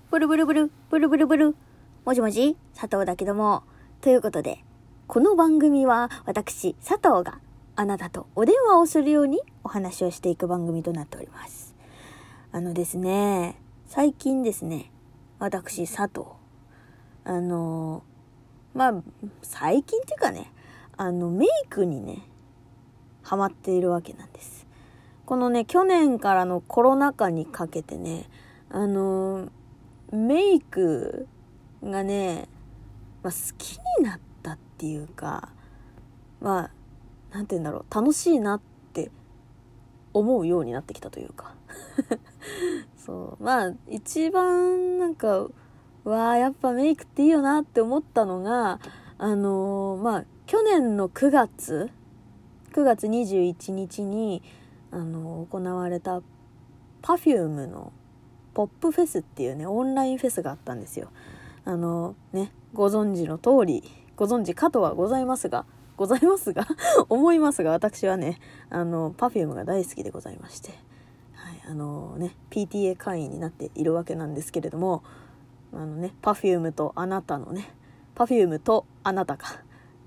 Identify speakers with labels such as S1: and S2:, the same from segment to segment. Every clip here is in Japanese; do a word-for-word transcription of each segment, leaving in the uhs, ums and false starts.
S1: ブルブルブルブルブルブルもじもじ佐藤だけども、ということでこの番組は私佐藤があなたとお電話をするようにお話をしていく番組となっております。あのですね最近ですね私佐藤あのまあ最近っていうかねあのメイクにねハマっているわけなんです。このね去年からのコロナ禍にかけてねあのメイクがね、まあ、好きになったっていうかまあなんて言うんだろう楽しいなって思うようになってきたというかそうまあ一番なんかわあやっぱメイクっていいよなって思ったのがあのー、まあ去年のくがつくがつにじゅういちにちにあのー、行われた Perfume のポップフェスっていうねオンラインフェスがあったんですよ。あのねご存知の通りご存知かとはございますがございますが思いますが私はねあの Perfume が大好きでございまして、はい、あのね ピーティーエー 会員になっているわけなんですけれどもあのね Perfume とあなたのね Perfume とあなたか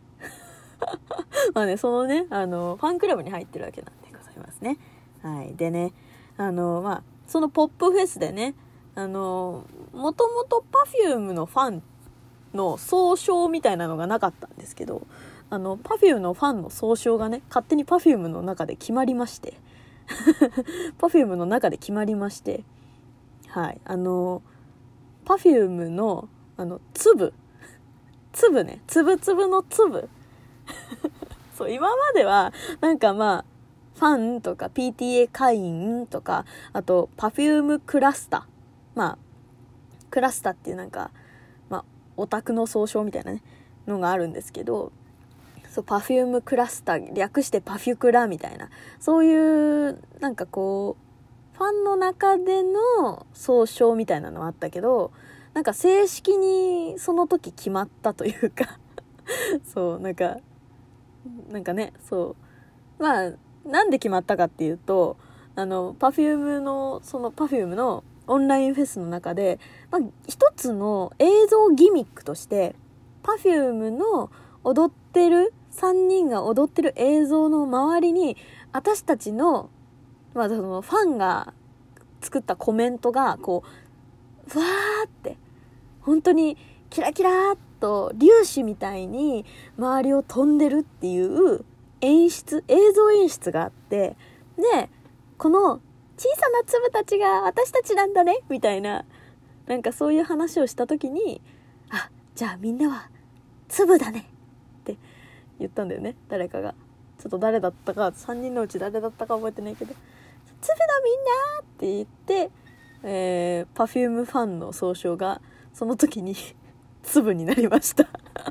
S1: まあねそのねあのファンクラブに入ってるわけなんでございますね。はいでねあのまあそのポップフェスでねあのもともと Perfume のファンの総称みたいなのがなかったんですけどあの Perfume のファンの総称がね勝手に Perfume の中で決まりましてPerfume の中で決まりましてはいあの Perfume のあの粒粒ね粒々の粒そう今まではなんかまあファンとか ピーティーエー 会員とかあと Perfume クラスターまあクラスターっていうなんかまあオタクの総称みたいなねのがあるんですけどそう Perfume クラスター略してパフュクラみたいなそういうなんかこうファンの中での総称みたいなのはあったけどなんか正式にその時決まったというかそうなんかなんかねそうまあなんで決まったかっていうとあの Perfume のその Perfume のオンラインフェスの中で、まあ、一つの映像ギミックとして Perfume の踊ってるさんにんが踊ってる映像の周りに私たちの、まあ、そのファンが作ったコメントがこうふわーって本当にキラキラーっと粒子みたいに周りを飛んでるっていう演出映像演出があってでこの小さな粒たちが私たちなんだねみたいななんかそういう話をした時にあじゃあみんなは粒だねって言ったんだよね誰かがちょっと誰だったかさんにんのうち誰だったか覚えてないけど粒だみんなって言って、えー、Perfume ファンの総称がその時に粒になりました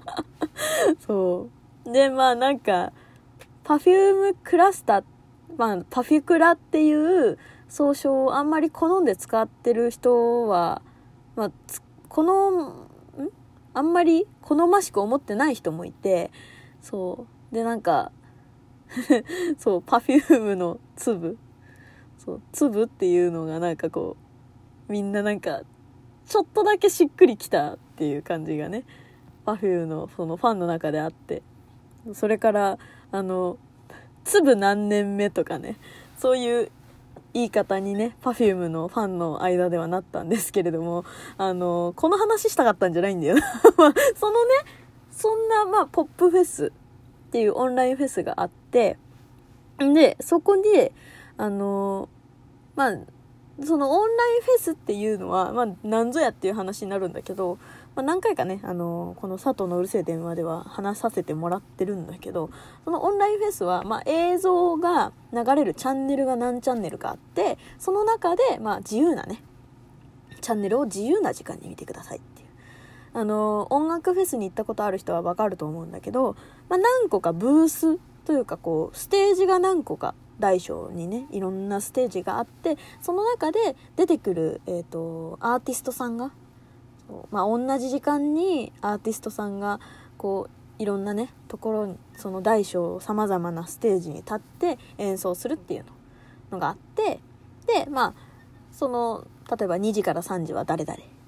S1: そうでまあなんかPerfume クラスターまあパフュクラっていう総称をあんまり好んで使ってる人はまあこのんあんまり好ましく思ってない人もいてそうでなんかそう Perfume の粒そう粒っていうのがなんかこうみんななんかちょっとだけしっくりきたっていう感じがね Perfume のそのファンの中であってそれからあの粒何年目とかねそういう言い方にね Perfume のファンの間ではなったんですけれどもあのこの話したかったんじゃないんだよなそのねそんなまあポップフェスっていうオンラインフェスがあってでそこであのまあそのオンラインフェスっていうのは、まあ、何ぞやっていう話になるんだけど、まあ、何回かね、あのこの佐藤のうるせえ電話では話させてもらってるんだけどそのオンラインフェスは、まあ、映像が流れるチャンネルが何チャンネルかあってその中で、まあ、自由なねチャンネルを自由な時間に見てくださいっていうあの音楽フェスに行ったことある人は分かると思うんだけど、まあ、何個かブースというかこうステージが何個か大小にねいろんなステージがあってその中で出てくる、えーと、アーティストさんがまあ、同じ時間にアーティストさんがこういろんなねところにその大小さまざまなステージに立って演奏するっていうのがあってでまあその例えばにじからさんじは誰々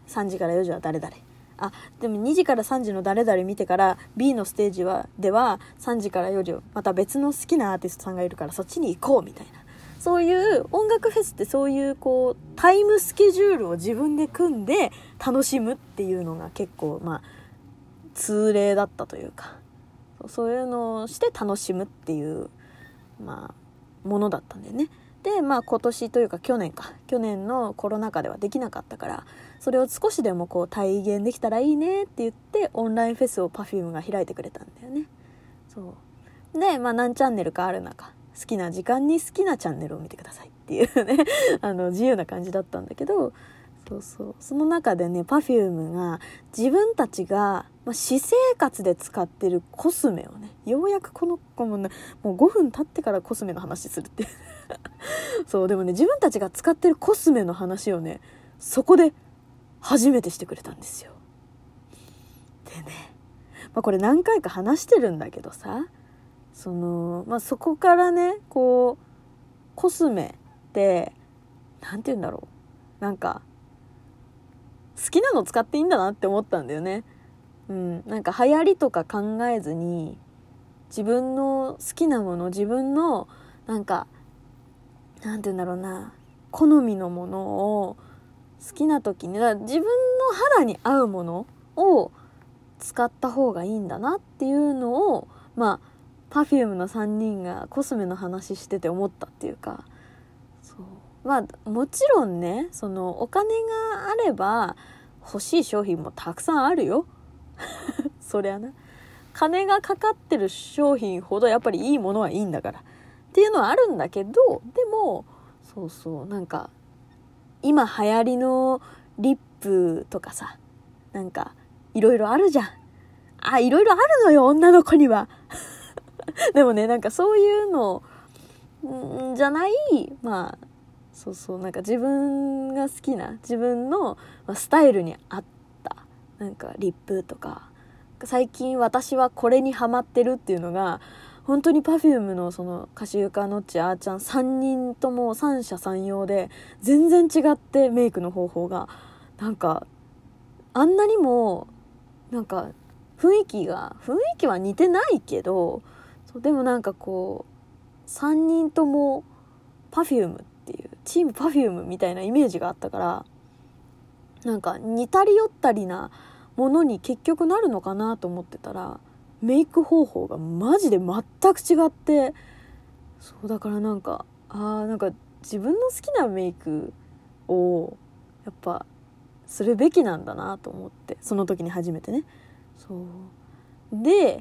S1: さんじからよじは誰々、あでもにじからさんじの誰々見てから B のステージはではさんじからよじまた別の好きなアーティストさんがいるからそっちに行こうみたいな、そういう音楽フェスってそういうこうタイムスケジュールを自分で組んで楽しむっていうのが結構まあ通例だったというか、そういうのをして楽しむっていうまあものだったんだよね。でまあ今年というか去年か去年のコロナ禍ではできなかったから、それを少しでもこう体現できたらいいねって言ってオンラインフェスを Perfume が開いてくれたんだよね。そうでまあ何チャンネルかある中、好きな時間に好きなチャンネルを見てくださいっていうねあの自由な感じだったんだけど、そうそうその中でね Perfume が自分たちが、まあ、私生活で使ってるコスメをね、ようやくこの子もねもうごふん経ってからコスメの話するってそうでもね自分たちが使ってるコスメの話をねそこで初めてしてくれたんですよ。でね、まあ、これ何回か話してるんだけどさ、その、まあ、そこからねこうコスメってなんて言うんだろう、なんか好きなの使っていいんだなって思ったんだよね。うん、なんか流行りとか考えずに自分の好きなもの、自分のなんかなんて言うんだろうな、好みのものを好きな時に、だから自分の肌に合うものを使った方がいいんだなっていうのをまあ Perfume のさんにんがコスメの話してて思ったっていうか、そうまあもちろんねそのお金があれば欲しい商品もたくさんあるよそりゃな、金がかかってる商品ほどやっぱりいいものはいいんだからっていうのはあるんだけど、でもそうそうなんか今流行りのリップとかさ、なんかいろいろあるじゃん。あ、いろいろあるのよ女の子にはでもねなんかそういうのんじゃない、まあそうそうなんか自分が好きな自分のスタイルに合ったなんかリップとか、最近私はこれにハマってるっていうのが本当に Perfume のそのカシユカノッチあーちゃんさんにんとも三者三様で全然違ってメイクの方法がなんかあんなにもなんか雰囲気が雰囲気は似てないけど、そうでもなんかこうさんにんとも Perfume っていうチーム Perfume みたいなイメージがあったから、なんか似たり寄ったりなものに結局なるのかなと思ってたらメイク方法がマジで全く違って、そうだからなんかあーなんか自分の好きなメイクをやっぱするべきなんだなと思って、その時に初めてね、そうで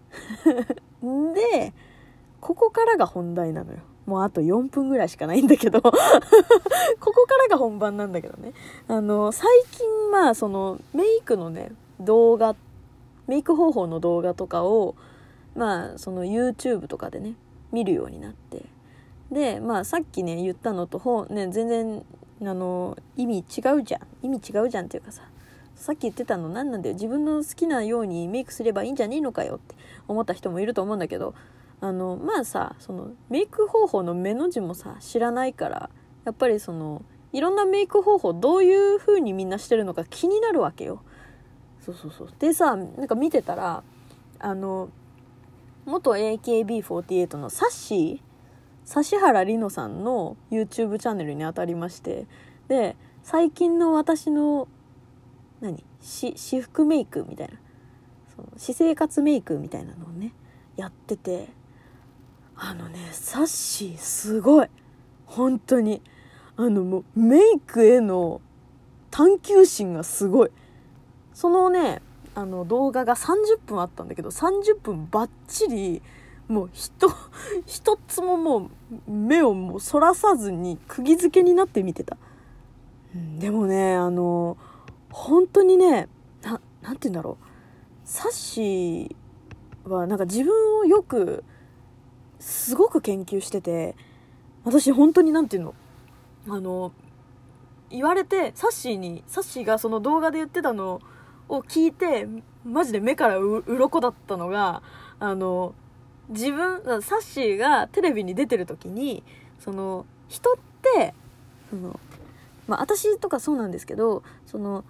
S1: でここからが本題なのよ。もうあとよんぷんぐらいしかないんだけどここからが本番なんだけどね、あの最近まあそのメイクのね動画メイク方法の動画とかをまあその YouTube とかでね見るようになって、でまあさっきね言ったのとほね全然あの意味違うじゃん意味違うじゃんっていうかさ、さっき言ってたの何なんだよ、自分の好きなようにメイクすればいいんじゃねえのかよって思った人もいると思うんだけど、あのまあさそのメイク方法の目の字もさ知らないから、やっぱりそのいろんなメイク方法どういう風にみんなしてるのか気になるわけよ。そうそうそうでさなんか見てたらあの元 エーケービーフォーティーエイト のサッシー指原莉乃さんの YouTube チャンネルに当たりまして、で最近の私の何し私服メイクみたいな、その私生活メイクみたいなのをねやってて、あのねサッシーすごい本当にあのもうメイクへの探求心がすごい。そのねあの動画がさんじゅっぷんあったんだけどさんじゅっぷんバッチリもう一一つももう目をもうそらさずに釘付けになって見てた、うん、でもねあの本当にね な, なんて言うんだろう、サッシーはなんか自分をよくすごく研究してて、私本当になんていうのあの言われてサッシーにサッシーがその動画で言ってたのを聞いてマジで目からう鱗だったのが、あの自分サッシーがテレビに出てる時にその人ってその、まあ、私とかそうなんですけどその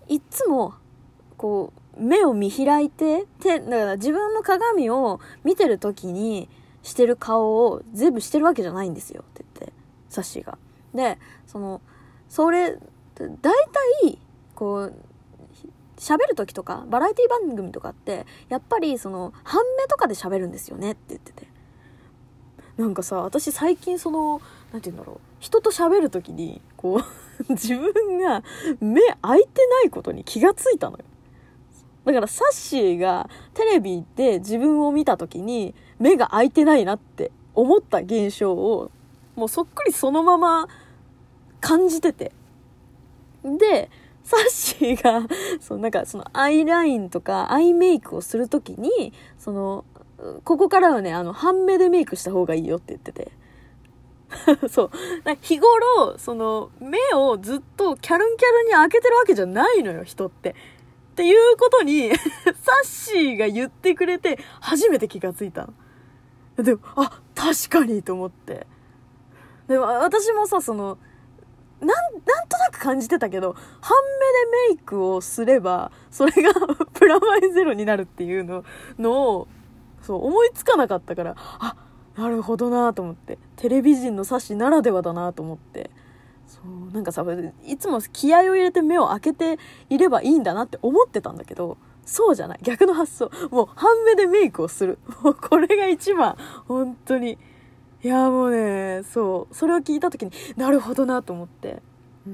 S1: いつもこう目を見開いて、手だから自分の鏡を見てる時にしてる顔を全部してるわけじゃないんですよって言って、サッシーが。で、そのそれだいたいこう喋る時とかバラエティ番組とかってやっぱりその半目とかで喋るんですよねって言ってて、なんかさ、私最近そのなんて言うんだろう、人と喋る時にこう自分が目開いてないことに気がついたのよ。だからサッシーがテレビで自分を見た時に目が開いてないなって思った現象をもうそっくりそのまま感じてて、でサッシーがそうなんかそのアイラインとかアイメイクをするときにそのここからはねあの半目でメイクした方がいいよって言っててそう日頃その目をずっとキャルンキャルンに開けてるわけじゃないのよ人ってっていうことにサッシーが言ってくれて初めて気がついたの。でもあ確かにと思って、でも私もさそのなん、なんとなく感じてたけど、半目でメイクをすればそれがプラマイゼロになるっていうののをそう思いつかなかったから、あ、なるほどなと思って、テレビ人のサッシならではだなと思って、そうなんかさいつも気合を入れて目を開けていればいいんだなって思ってたんだけど、そうじゃない、逆の発想、もう半目でメイクをする、もうこれが一番本当に。いやもうね、そうそれを聞いた時になるほどなと思って、うん、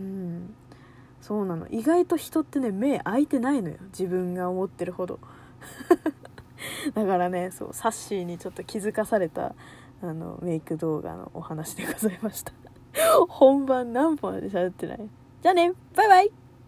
S1: そうなの、意外と人ってね目開いてないのよ、自分が思ってるほどだからね、そうサッシーにちょっと気づかされたあのメイク動画のお話でございました本番何分まで喋ってない。じゃあね、バイバイ。